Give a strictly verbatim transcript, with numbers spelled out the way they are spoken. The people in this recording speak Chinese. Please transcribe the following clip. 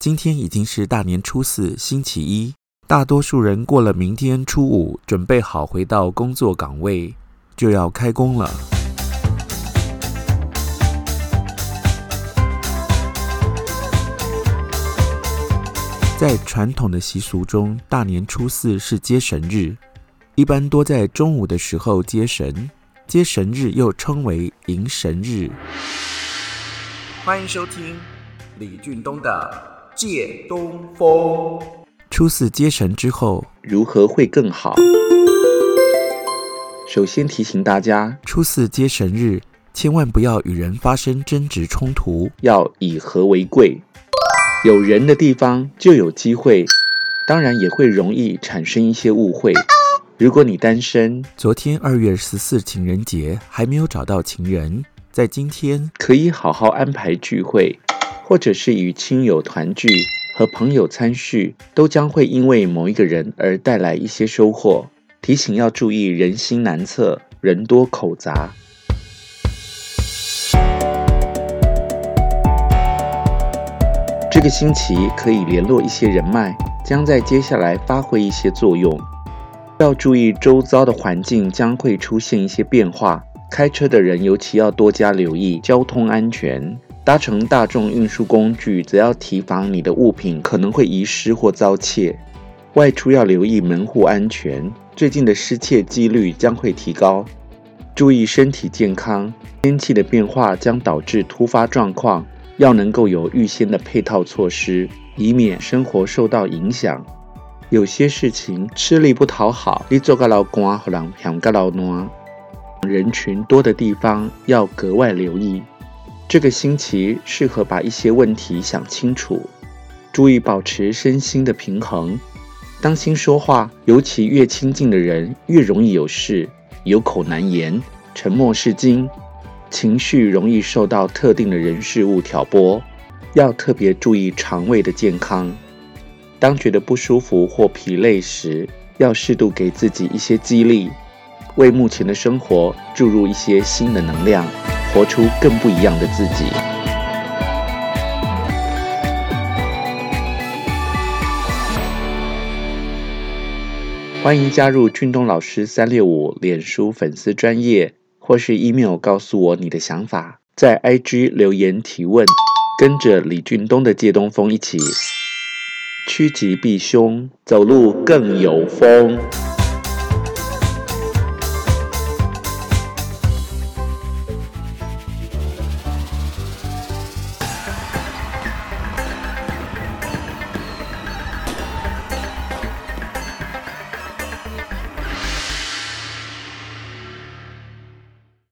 今天已经是大年初四，星期一，大多数人过了明天初五，准备好回到工作岗位，就要开工了。在传统的习俗中，大年初四是接神日，一般多在中午的时候接神。接神日又称为迎神日。欢迎收听李俊东的借东风。初四接神之后， 如何会更好？首先提醒大家， 初四接神日，千万不要与人发生争执冲突， 要以和为贵。有人的地方就有机会，当然也会容易产生一些误会。如果你单身， 昨天二月十四情人节还没有找到情人，在今天可以好好安排聚会，或者是与亲友团聚，和朋友参叙，都将会因为某一个人而带来一些收获。提醒要注意人心难测，人多口杂。这个星期可以联络一些人脉，将在接下来发挥一些作用。要注意周遭的环境将会出现一些变化，开车的人尤其要多加留意交通安全。搭乘大众运输工具则要提防你的物品可能会遗失或遭窃。外出要留意门户安全，最近的失窃几率将会提高。注意身体健康，天气的变化将导致突发状况，要能够有预先的配套措施，以免生活受到影响。有些事情吃力不讨好，你做个老干，给人嫌个老烂。人群多的地方要格外留意。这个星期适合把一些问题想清楚，注意保持身心的平衡。当心说话，尤其越亲近的人越容易有事，有口难言，沉默是金，情绪容易受到特定的人事物挑拨，要特别注意肠胃的健康。当觉得不舒服或疲累时，要适度给自己一些激励，为目前的生活注入一些新的能量，活出更不一样的自己。欢迎加入俊东老师三六五脸书粉丝专页，或是 email 告诉我你的想法，在 I G 留言提问，跟着李俊东的借东风一起趋吉避凶，走路更有风。